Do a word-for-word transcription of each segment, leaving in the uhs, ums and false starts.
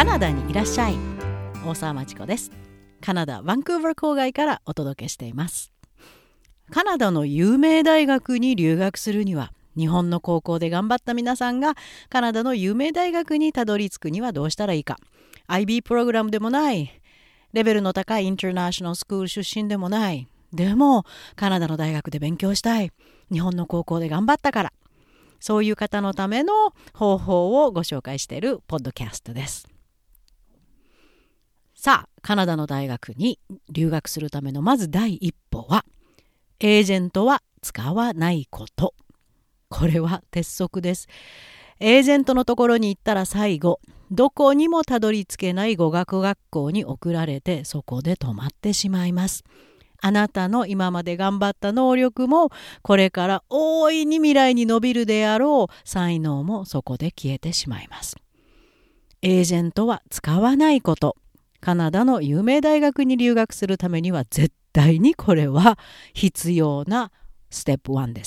ナダにいらっしゃい。大沢まちこです。カナダバンクーバー郊外からお届けしています。カナダの有名大学に留学するには、日本の高校で頑張った皆さんがカナダの有名大学にたどり着くにはどうしたらいいか。 アイビー プログラムでもない、レベルの高いインターナショナルスクール出身でもない、でもカナダの大学で勉強したい、日本の高校で頑張ったから、そういう方のための方法をご紹介しているポッドキャストです。さあ、カナダの大学に留学するためのまず第一歩は、エージェントは使わないこと。これは鉄則です。エージェントのところに行ったら最後、どこにもたどり着けない語学学校に送られて、そこで止まってしまいます。あなたの今まで頑張った能力も、これから大いに未来に伸びるであろう才能もそこで消えてしまいます。エージェントは使わないこと。カナダの有名大学に留学するためには絶対にこれは必要なステップワンです。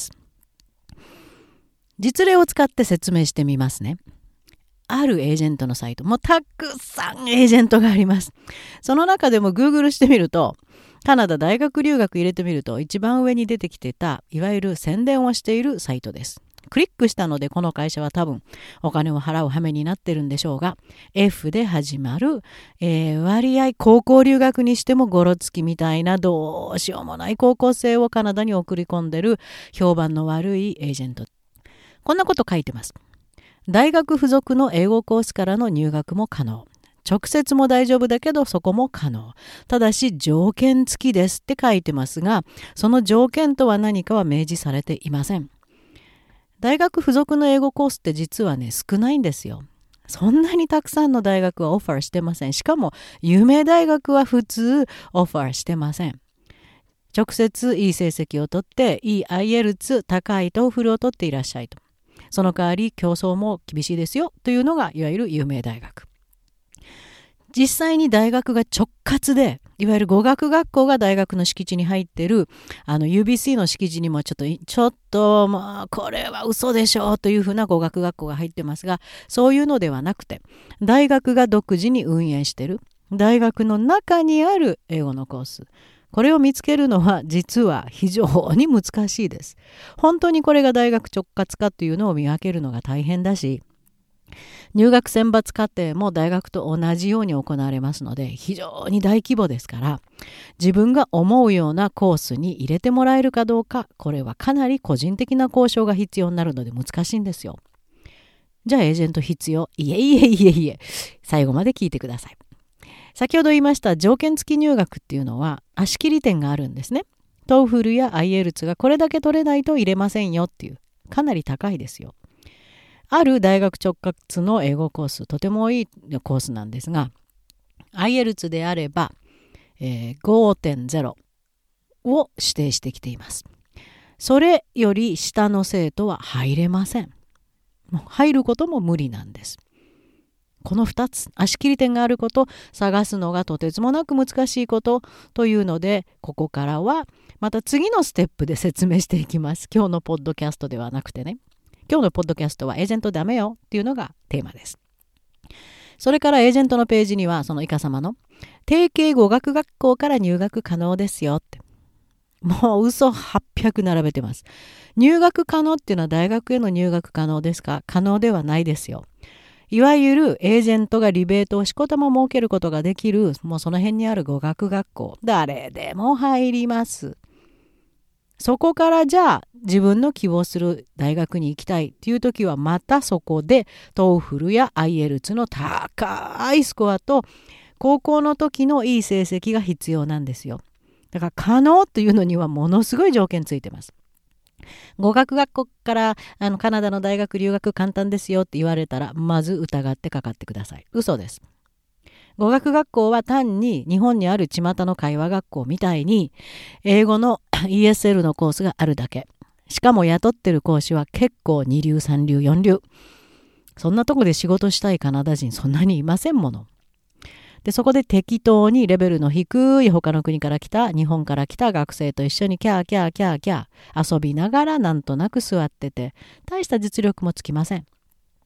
実例を使って説明してみますね。あるエージェントのサイト、もうたくさんエージェントがあります。その中でも Google してみると、カナダ大学留学入れてみると、一番上に出てきてたいわゆる宣伝をしているサイトです。クリックしたので、この会社は多分お金を払う羽目になってるんでしょうが、 F で始まる、えー、割合高校留学にしてもゴロつきみたいなどうしようもない高校生をカナダに送り込んでる評判の悪いエージェント。こんなこと書いてます。大学付属の英語コースからの入学も可能。直接も大丈夫だけどそこも可能。ただし条件付きですって書いてますが、その条件とは何かは明示されていません。大学付属の英語コースって実はね、少ないんですよ。そんなにたくさんの大学はオファーしてません。しかも有名大学は普通オファーしてません。直接いい成績を取って、いい アイエルツ、高いトーフルを取っていらっしゃいと。その代わり競争も厳しいですよというのがいわゆる有名大学。実際に大学が直轄で、いわゆる語学学校が大学の敷地に入っているあの ユービーシー の敷地にもちょっとちょっとまあこれは嘘でしょうというふうな語学学校が入ってますが、そういうのではなくて、大学が独自に運営している大学の中にある英語のコース、これを見つけるのは実は非常に難しいです。本当にこれが大学直轄かというのを見分けるのが大変だし、入学選抜課程も大学と同じように行われますので、非常に大規模ですから、自分が思うようなコースに入れてもらえるかどうか、これはかなり個人的な交渉が必要になるので難しいんですよ。じゃあエージェント必要？いえいえいえいえ、最後まで聞いてください。先ほど言いました条件付き入学っていうのは足切り点があるんですね。トーフルや アイエルツ がこれだけ取れないと入れませんよっていう、かなり高いですよ。ある大学直轄の英語コース、とてもいいコースなんですが、 アイエルツ であれば、えー、ごてんゼロ を指定してきています。それより下の生徒は入れません。もう入ることも無理なんです。このふたつ、足切り点があること、探すのがとてつもなく難しいことというので、ここからはまた次のステップで説明していきます。今日のポッドキャストではなくてね。今日のポッドキャストはエージェントダメよっていうのがテーマです。それからエージェントのページには、そのイカ様の提携語学学校から入学可能ですよって。もう嘘はっぴゃく並べてます。入学可能っていうのは大学への入学可能ですか？可能ではないですよ。いわゆるエージェントがリベートをしこたま設けることができる、もうその辺にある語学学校、誰でも入ります。そこからじゃあ自分の希望する大学に行きたいっていう時は、またそこでトーフルや アイエルツ の高いスコアと高校の時のいい成績が必要なんですよ。だから可能というのにはものすごい条件ついてます。語学学校からあのカナダの大学留学簡単ですよって言われたら、まず疑ってかかってください。嘘です。語学学校は単に日本にある巷の会話学校みたいに英語の イーエスエル のコースがあるだけ。しかも雇ってる講師は結構二流三流四流。そんなとこで仕事したいカナダ人そんなにいませんもの。でそこで適当にレベルの低い他の国から来た日本から来た学生と一緒にキャーキャーキャーキャー遊びながらなんとなく座ってて、大した実力もつきません。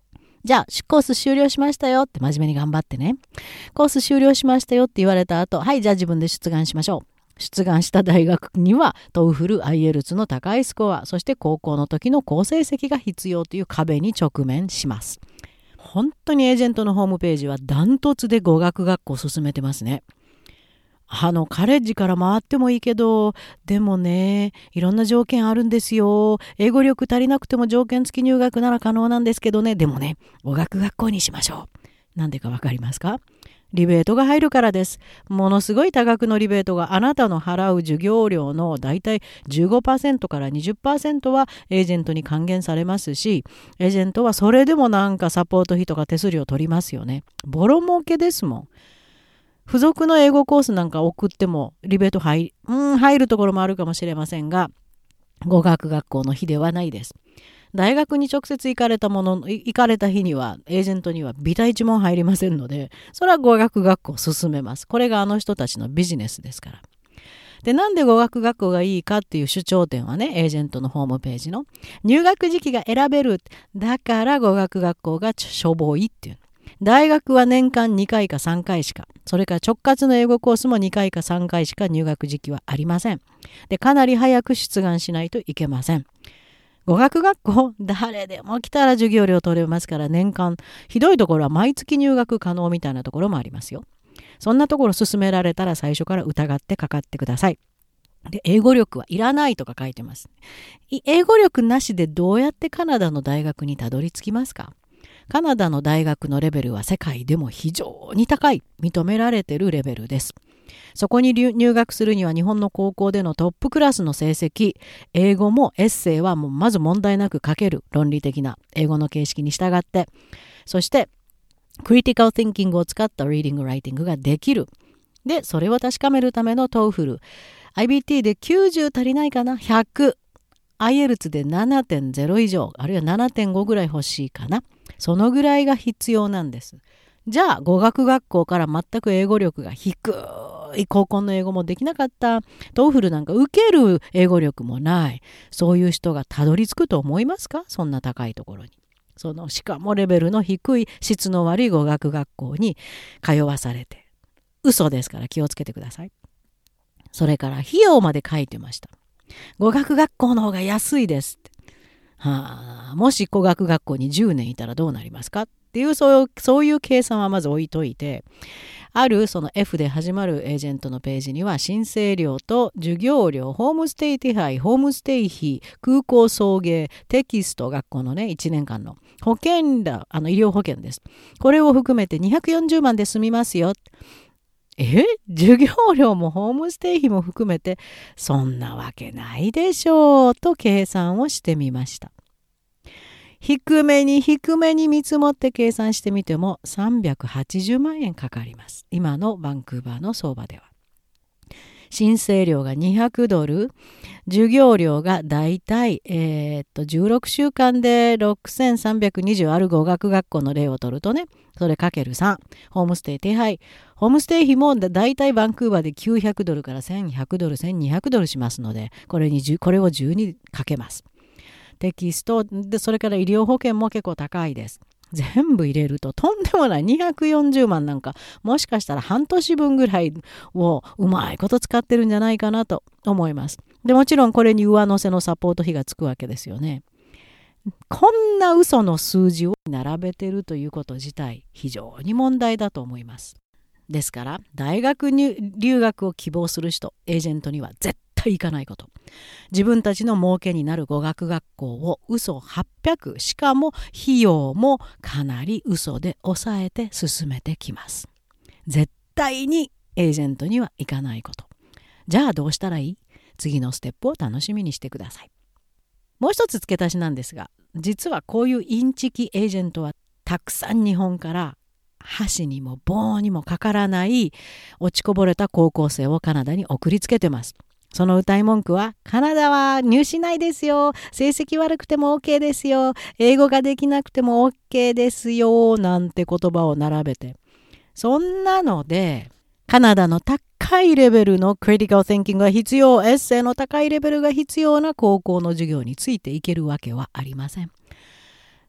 じゃあコース終了しましたよって真面目に頑張ってね。コース終了しましたよって言われた後、はい、じゃあ自分で出願しましょう。出願した大学にはトーフル、アイエルツの高いスコア、そして高校の時の好成績が必要という壁に直面します。本当にエージェントのホームページはダントツで語学学校を進めてますね。あのカレッジから回ってもいいけど、でもね、いろんな条件あるんですよ。英語力足りなくても条件付き入学なら可能なんですけどね。でもね、語学学校にしましょう。なんでかわかりますか？リベートが入るからです。ものすごい多額のリベートがあなたの払う授業料のだいたい じゅうごパーセント から にじゅっパーセント はエージェントに還元されますし、エージェントはそれでもなんかサポート費とか手数料取りますよね。ボロ儲けですもん。付属の英語コースなんか送ってもリベート入、うん、入るところもあるかもしれませんが、語学学校の日ではないです。大学に直接行かれたもの、行かれた日にはエージェントにはビタ一文入りませんので、それは語学学校を進めます。これがあの人たちのビジネスですから。で、なんで語学学校がいいかっていう主張点はね、エージェントのホームページの入学時期が選べる。だから語学学校がしょぼいっていう。大学は年間にかいかさんかいしか、それから直轄の英語コースもにかいかさんかいしか入学時期はありません。で、かなり早く出願しないといけません。語学学校、誰でも来たら授業料取れますから、年間、ひどいところは毎月入学可能みたいなところもありますよ。そんなところ勧められたら最初から疑ってかかってください。で、英語力はいらないとか書いてます。英語力なしでどうやってカナダの大学にたどり着きますか？カナダの大学のレベルは世界でも非常に高い、認められているレベルです。そこに入学するには日本の高校でのトップクラスの成績、英語もエッセイはもうまず問題なく書ける論理的な英語の形式に従って、そしてクリティカル・ティンキングを使ったリーディング・ライティングができる。で、それを確かめるためのトーフル、アイビーティー できゅうじゅう足りないかな、ひゃく、アイエルツ で ななてんゼロ 以上、あるいは ななてんご ぐらい欲しいかな。そのぐらいが必要なんです。じゃあ語学学校から全く英語力が低い、高校の英語もできなかった、トーフルなんか受ける英語力もない、そういう人がたどり着くと思いますか？そんな高いところに。そのしかもレベルの低い質の悪い語学学校に通わされて、嘘ですから気をつけてください。それから費用まで書いてました。語学学校の方が安いですって。はあ、もし語学学校にじゅうねんいたらどうなりますかっていうそういう、そういう計算はまず置いといて、あるその F で始まるエージェントのページには申請料と授業料、ホームステイ手配、ホームステイ費、空港送迎、テキスト、学校のねいちねんかんの保険だ、あの医療保険です。これを含めてにひゃくよんじゅうまんで済みますよ。え授業料もホームステイ費も含めてそんなわけないでしょうと計算をしてみました。低めに低めに見積もって計算してみてもさんびゃくはちじゅうまんえんかかります。今のバンクーバーの相場では。申請料がにひゃくドル、授業料がだいたい、えー、っとじゅうろくしゅうかんでろくせんさんびゃくにじゅうある語学学校の例を取るとね、それかけるさん、ホームステイ手配、ホームステイ費もだいたいバンクーバーできゅうひゃくドルからせんひゃくドル、せんにひゃくドルしますので、これにこれをじゅうにかけます。テキストで、それから医療保険も結構高いです。全部入れるととんでもないにひゃくよんじゅうまんなんか、もしかしたら半年分ぐらいをうまいこと使ってるんじゃないかなと思います。でもちろんこれに上乗せのサポート費がつくわけですよね。こんな嘘の数字を並べてるということ自体非常に問題だと思います。ですから大学に留学を希望する人、エージェントには絶対行かないこと。自分たちの儲けになる語学学校を嘘はっぴゃく、しかも費用もかなり嘘で抑えて進めてきます。絶対にエージェントには行かないこと。じゃあどうしたらいい？次のステップを楽しみにしてください。もう一つ付け足しなんですが、実はこういうインチキエージェントはたくさん日本から箸にも棒にもかからない落ちこぼれた高校生をカナダに送りつけてます。その歌い文句は、カナダは入試ないですよ、成績悪くても OK ですよ、英語ができなくても OK ですよなんて言葉を並べて、そんなのでカナダの高いレベルのクリティカル・ティンキングが必要、エッセイの高いレベルが必要な高校の授業についていけるわけはありません。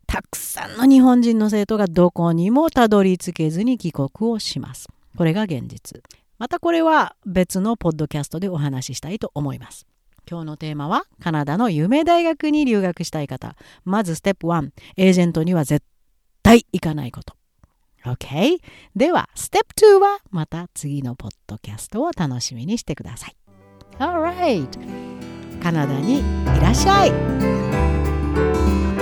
たくさんの日本人の生徒がどこにもたどり着けずに帰国をします。これが現実。またこれは別のポッドキャストでお話ししたいと思います。今日のテーマはカナダの夢大学に留学したい方。まずステップワン、エージェントには絶対行かないこと。OK? ではステップツーはまた次のポッドキャストを楽しみにしてください。Alright! カナダにいらっしゃい。